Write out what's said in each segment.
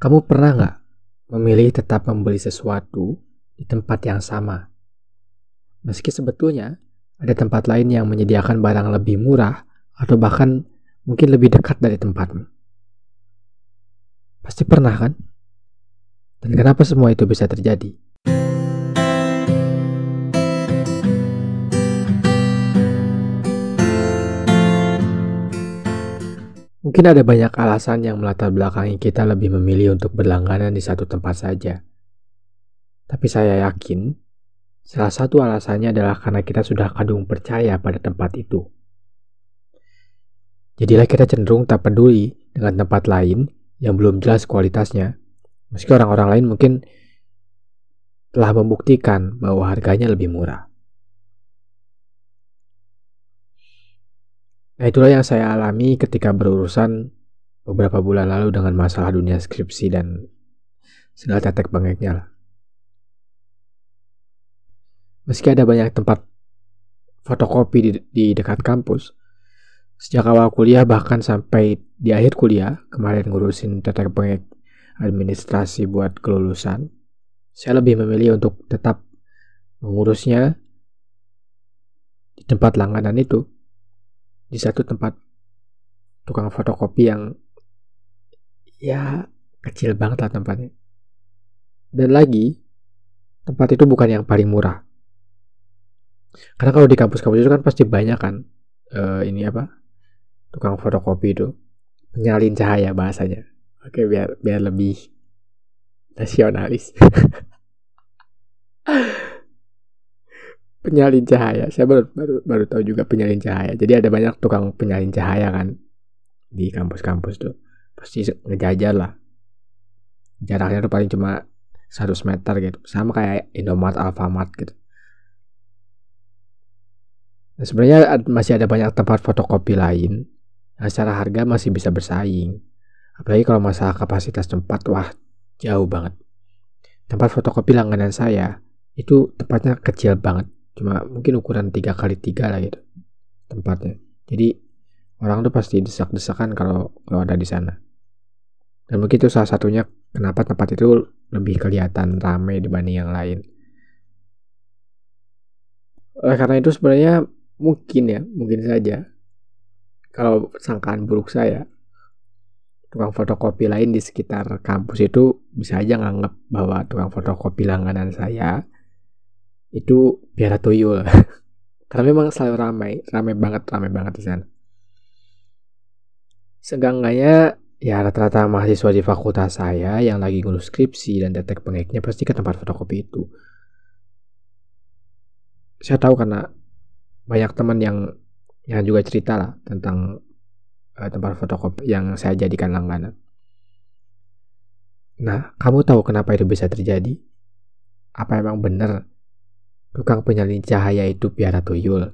Kamu pernah nggak memilih tetap membeli sesuatu di tempat yang sama, meski sebetulnya ada tempat lain yang menyediakan barang lebih murah atau bahkan mungkin lebih dekat dari tempatmu? Pasti pernah kan? Dan kenapa semua itu bisa terjadi? Mungkin ada banyak alasan yang melatar belakangi kita lebih memilih untuk berlangganan di satu tempat saja. Tapi saya yakin, salah satu alasannya adalah karena kita sudah kadung percaya pada tempat itu. Jadilah kita cenderung tak peduli dengan tempat lain yang belum jelas kualitasnya, meski orang-orang lain mungkin telah membuktikan bahwa harganya lebih murah. Nah, itulah yang saya alami ketika berurusan beberapa bulan lalu dengan masalah dunia skripsi dan segala tetek bengeknya lah. Meski ada banyak tempat fotokopi di dekat kampus, sejak awal kuliah bahkan sampai di akhir kuliah, kemarin ngurusin tetek bengek administrasi buat kelulusan, saya lebih memilih untuk tetap mengurusnya di tempat langganan itu, di satu tempat tukang fotokopi yang ya kecil banget lah tempatnya. Dan lagi, tempat itu bukan yang paling murah. Karena kalau di kampus-kampus itu kan pasti banyak kan tukang fotokopi itu penyalin cahaya bahasanya. Oke, biar lebih nasionalis. Penyalin cahaya. Saya baru tahu juga penyalin cahaya. Jadi ada banyak tukang penyalin cahaya kan di kampus-kampus tuh. Pasti ngejajar lah. Jaraknya tuh paling cuma 100 meter gitu. Sama kayak Indomaret, Alfamart gitu. Nah, sebenarnya masih ada banyak tempat fotokopi lain yang secara harga masih bisa bersaing. Apalagi kalau masalah kapasitas tempat, wah jauh banget. Tempat fotokopi langganan saya itu tempatnya kecil banget. Cuma mungkin ukuran 3x3 lah gitu tempatnya. Jadi orang tuh pasti desak-desakan kalau ada di sana. Dan mungkin itu salah satunya kenapa tempat itu lebih kelihatan ramai dibanding yang lain. Oleh karena itu sebenarnya mungkin saja kalau sangkaan buruk saya, tukang fotokopi lain di sekitar kampus itu bisa aja nganggap bahwa tukang fotokopi langganan saya itu biara tuyul. Karena memang selalu ramai banget di sana. Seenggaknya ya rata-rata mahasiswa di fakultas saya yang lagi ngurus skripsi dan tetek bengeknya pasti ke tempat fotokopi itu. Saya tahu karena banyak teman yang juga cerita lah tentang tempat fotokopi yang saya jadikan langganan. Nah, kamu tahu kenapa itu bisa terjadi? Apa emang benar tukang penyalin cahaya itu piara tuyul?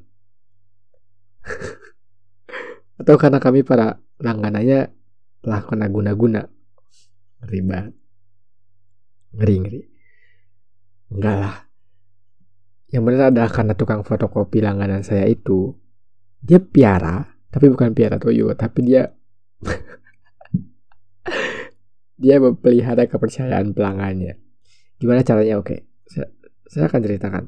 Atau karena kami para langganannya telah kena guna-guna? Ngeri banget. Ngeri. Enggak lah. Yang benar adalah karena tukang fotokopi langganan saya itu, dia piara, tapi bukan piara tuyul, tapi dia memelihara kepercayaan pelanggannya. Gimana caranya? Oke, saya akan ceritakan.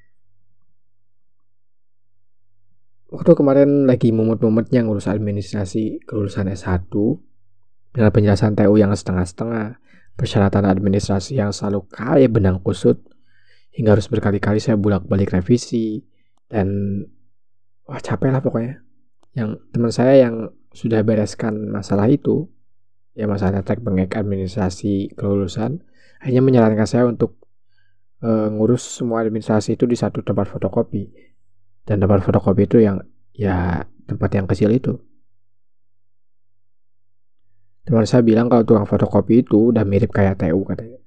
Waktu kemarin lagi mumet-mumetnya ngurus administrasi kelulusan S1 dengan penjelasan TU yang setengah-setengah, persyaratan administrasi yang selalu kayak benang kusut, hingga harus berkali-kali saya bolak-balik revisi, dan wah capek lah pokoknya. Yang teman saya yang sudah bereskan masalah itu, ya masalah tetek bengek administrasi kelulusan, hanya menyarankan saya untuk ngurus semua administrasi itu di satu tempat fotokopi. Dan tempat fotokopi itu yang ya tempat yang kecil itu. Teman saya bilang kalau tukang fotokopi itu udah mirip kayak TU katanya.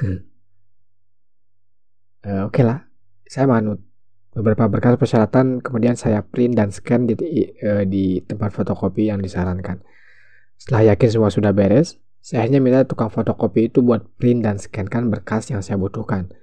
Oke lah, saya manut. Beberapa berkas persyaratan kemudian saya print dan scan di tempat fotokopi yang disarankan. Setelah yakin semua sudah beres, saya hanya minta tukang fotokopi itu buat print dan scankan berkas yang saya butuhkan.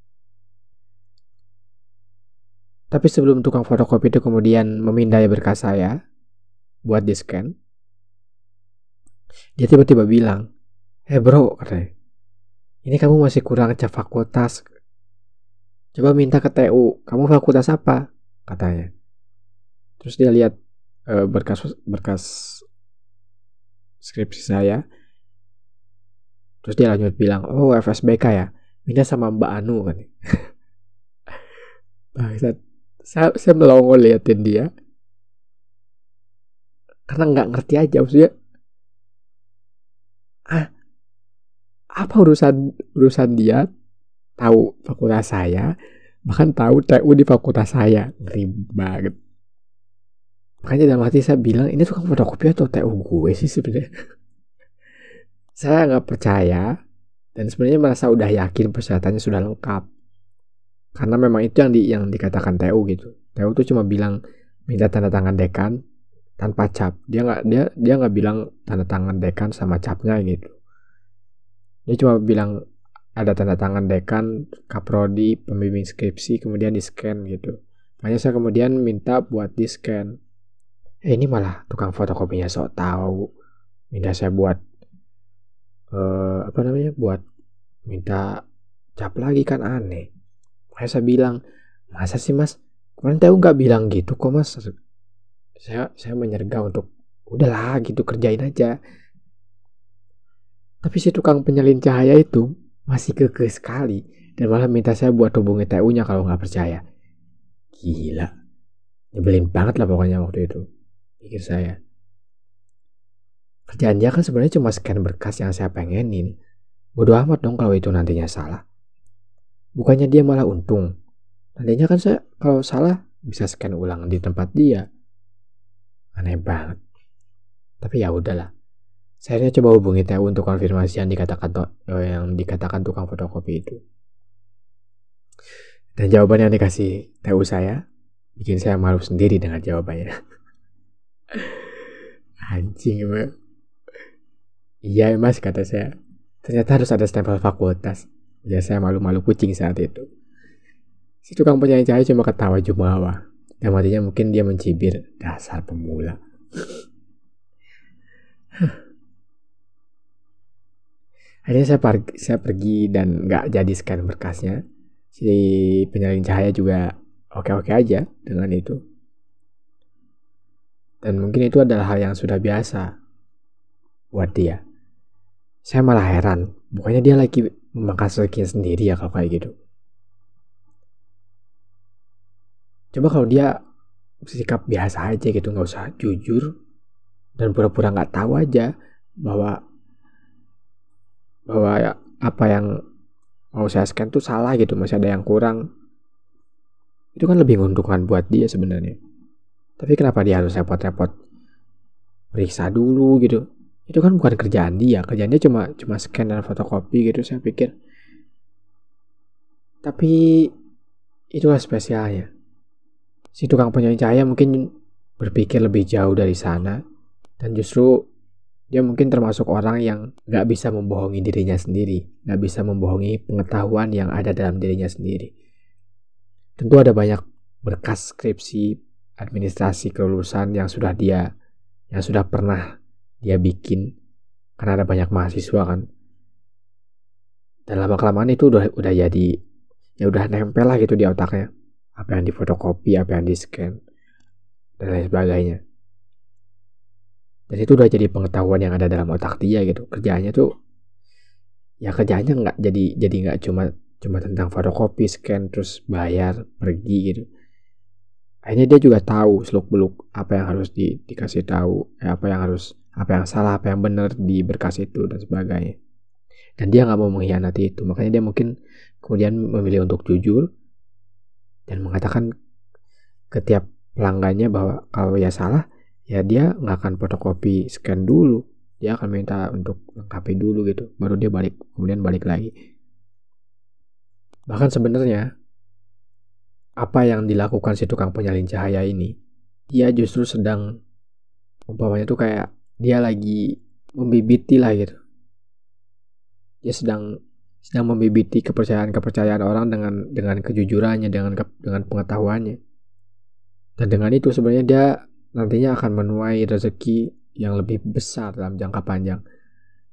Tapi sebelum tukang fotokopi itu kemudian memindai berkas saya buat di-scan, dia tiba-tiba bilang, Bro, katanya, ini kamu masih kurang cap fakultas. Coba minta ke TU, kamu fakultas apa? Katanya. Terus dia lihat berkas skripsi saya. Terus dia lanjut bilang, oh FSBK ya, minta sama Mbak Anu kan. Bangsat. Saya melongo liatin dia. Karena nggak ngerti aja maksudnya. Apa urusan dia tahu fakultas saya, bahkan tahu TU di fakultas saya. Ngeri banget. Makanya dalam hati saya bilang, ini tukang fotokopi atau TU gue sih sebenarnya. Saya nggak percaya dan sebenarnya merasa udah yakin persyaratannya sudah lengkap. Karena memang itu yang dikatakan TU gitu. TU tuh cuma bilang minta tanda tangan dekan tanpa cap. Dia nggak bilang tanda tangan dekan sama capnya gitu. Dia cuma bilang ada tanda tangan dekan, kaprodi, pembimbing skripsi, kemudian di scan gitu. Makanya saya kemudian minta buat di scan. Ini malah tukang fotokopinya sok tahu. Minta saya buat buat minta cap lagi, kan aneh. Makanya saya bilang, masa sih mas? Kemarin tahu nggak bilang gitu kok mas. Saya menyerga untuk udahlah gitu, kerjain aja. Tapi si tukang penyalin cahaya itu masih kekeh sekali dan malah minta saya buat hubungi TU-nya kalau nggak percaya. Gila, nyebelin banget lah pokoknya waktu itu, pikir saya. Kerjaan dia kan sebenarnya cuma scan berkas yang saya pengenin. Bodoh amat dong kalau itu nantinya salah. Bukannya dia malah untung. Nantinya kan saya kalau salah bisa scan ulang di tempat dia. Aneh banget. Tapi ya udahlah. Saya coba hubungi TU untuk konfirmasi yang dikatakan tukang fotokopi itu. Dan jawaban yang dikasih TU saya bikin saya malu sendiri dengan jawabannya. Anjing emang. Iya mas, kata saya. Ternyata harus ada stempel fakultas. Ya saya malu-malu kucing saat itu. Si tukang penyalin cahaya cuma ketawa jumawa. Dan matinya mungkin dia mencibir, dasar pemula. Akhirnya saya pergi dan gak jadi scan berkasnya. Si penyalin cahaya juga oke-oke aja dengan itu. Dan mungkin itu adalah hal yang sudah biasa buat dia. Saya malah heran, bukannya dia lagi memangkas rezekinya sendiri ya kalau kayak gitu. Coba kalau dia sikap biasa aja gitu, gak usah jujur dan pura-pura gak tahu aja bahwa apa yang mau saya scan tuh salah gitu, masih ada yang kurang. Itu kan lebih menguntungkan buat dia sebenarnya. Tapi kenapa dia harus repot-repot periksa dulu gitu? Itu kan bukan kerjaan dia cuma scan dan fotokopi gitu, saya pikir. Tapi itulah spesialnya. Si tukang penyalin cahaya mungkin berpikir lebih jauh dari sana, dan justru dia mungkin termasuk orang yang gak bisa membohongi dirinya sendiri, gak bisa membohongi pengetahuan yang ada dalam dirinya sendiri. Tentu ada banyak berkas skripsi, administrasi kelulusan yang sudah pernah dia bikin, karena ada banyak mahasiswa kan. Dan lama-kelamaan itu udah jadi, ya udah nempel lah gitu di otaknya. Apa yang difotokopi, apa yang di scan, dan lain sebagainya. Dan itu udah jadi pengetahuan yang ada dalam otak dia gitu. Kerjaannya nggak jadi nggak cuma tentang fotokopi, scan, terus bayar, pergi gitu. Akhirnya dia juga tahu seluk-beluk apa yang harus dikasih tahu, apa yang salah, apa yang benar di berkas itu dan sebagainya. Dan dia nggak mau mengkhianati itu, makanya dia mungkin kemudian memilih untuk jujur dan mengatakan ke tiap pelanggannya bahwa kalau ya salah, ya dia nggak akan fotokopi scan dulu, dia akan minta untuk lengkapi dulu gitu, baru dia kemudian balik lagi. Bahkan sebenarnya apa yang dilakukan si tukang penyalin cahaya ini, dia justru sedang, umpamanya tuh kayak dia lagi membibiti lah gitu. Dia sedang membibiti kepercayaan orang dengan kejujurannya, dengan pengetahuannya. Dan dengan itu sebenarnya dia nantinya akan menuai rezeki yang lebih besar dalam jangka panjang.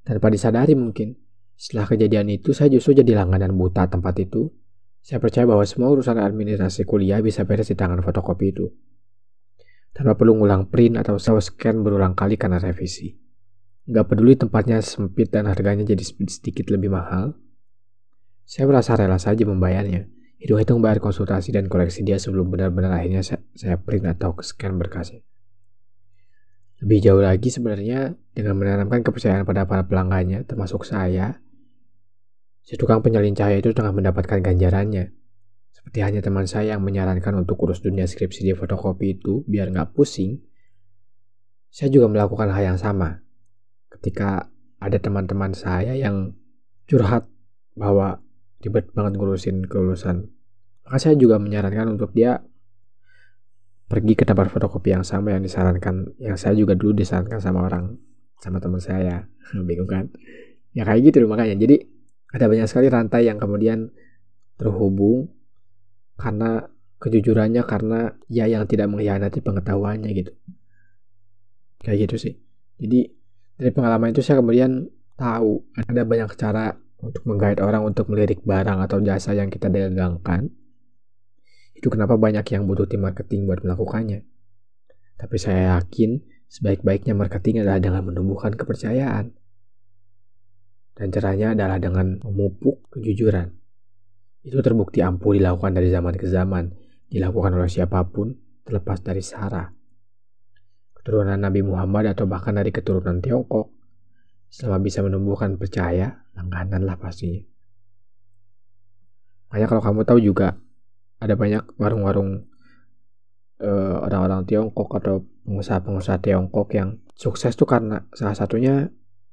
Tanpa disadari mungkin, setelah kejadian itu saya justru jadi langganan buta tempat itu. Saya percaya bahwa semua urusan administrasi kuliah bisa beres di tangan fotokopi itu, tanpa perlu ngulang print atau scan berulang kali karena revisi. Gak peduli tempatnya sempit dan harganya jadi sedikit lebih mahal, saya merasa rela saja membayarnya. Hitung-hitung bayar konsultasi dan koreksi dia sebelum benar-benar akhirnya saya print atau scan berkasnya. Lebih jauh lagi sebenarnya, dengan menanamkan kepercayaan pada para pelanggannya, termasuk saya, si tukang penyalin cahaya itu tengah mendapatkan ganjarannya. Seperti hanya teman saya yang menyarankan untuk urus dunia skripsi di fotokopi itu biar nggak pusing, saya juga melakukan hal yang sama. Ketika ada teman-teman saya yang curhat bahwa ribet banget ngurusin kelulusan, maka saya juga menyarankan untuk dia pergi ke tempat fotokopi yang sama yang saya juga dulu disarankan sama teman saya. Bingung kan? Ya kayak gitu loh, makanya. Jadi ada banyak sekali rantai yang kemudian terhubung karena kejujurannya, karena ya yang tidak mengkhianati pengetahuannya gitu. Kayak gitu sih. Jadi dari pengalaman itu saya kemudian tahu ada banyak cara untuk menggait orang untuk melirik barang atau jasa yang kita dagangkan. Itu kenapa banyak yang butuh tim marketing buat melakukannya. Tapi saya yakin sebaik-baiknya marketing adalah dengan menumbuhkan kepercayaan. Dan caranya adalah dengan memupuk kejujuran. Itu terbukti ampuh dilakukan dari zaman ke zaman, dilakukan oleh siapapun, terlepas dari sara, keturunan Nabi Muhammad atau bahkan dari keturunan Tiongkok. Selama bisa menumbuhkan percaya, langganan lah pastinya. Makanya kalau kamu tahu juga, ada banyak warung-warung orang-orang Tiongkok atau pengusaha-pengusaha Tiongkok yang sukses tuh karena salah satunya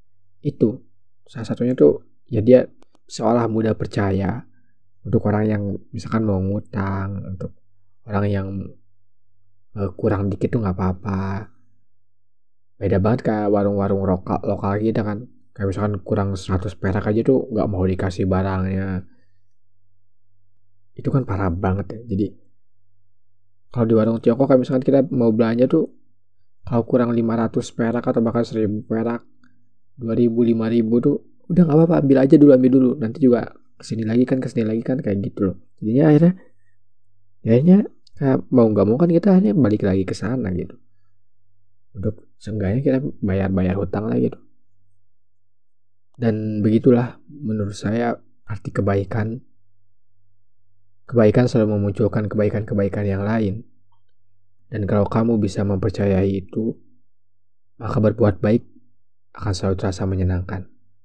tuh ya dia seolah mudah percaya untuk orang yang misalkan mau ngutang, untuk orang yang kurang dikit tuh nggak apa-apa. Beda banget kayak warung-warung lokal kita kan, kayak misalkan kurang 100 perak aja tuh nggak mau dikasih barangnya. Itu kan parah banget ya. Jadi kalau di warung Tiongkok kayak misalkan kita mau belanja tuh, kalau kurang 500 perak atau bahkan 1000 perak, 2000, 5000 tuh udah nggak apa-apa, ambil dulu, nanti juga kesini lagi kan kayak gitu loh. Jadinya akhirnya kayak mau nggak mau kan kita akhirnya balik lagi ke sana gitu, untuk seenggaknya kita bayar hutang lagi gitu. Dan begitulah menurut saya arti kebaikan selalu memunculkan kebaikan-kebaikan yang lain. Dan kalau kamu bisa mempercayai itu, maka berbuat baik akan selalu terasa menyenangkan.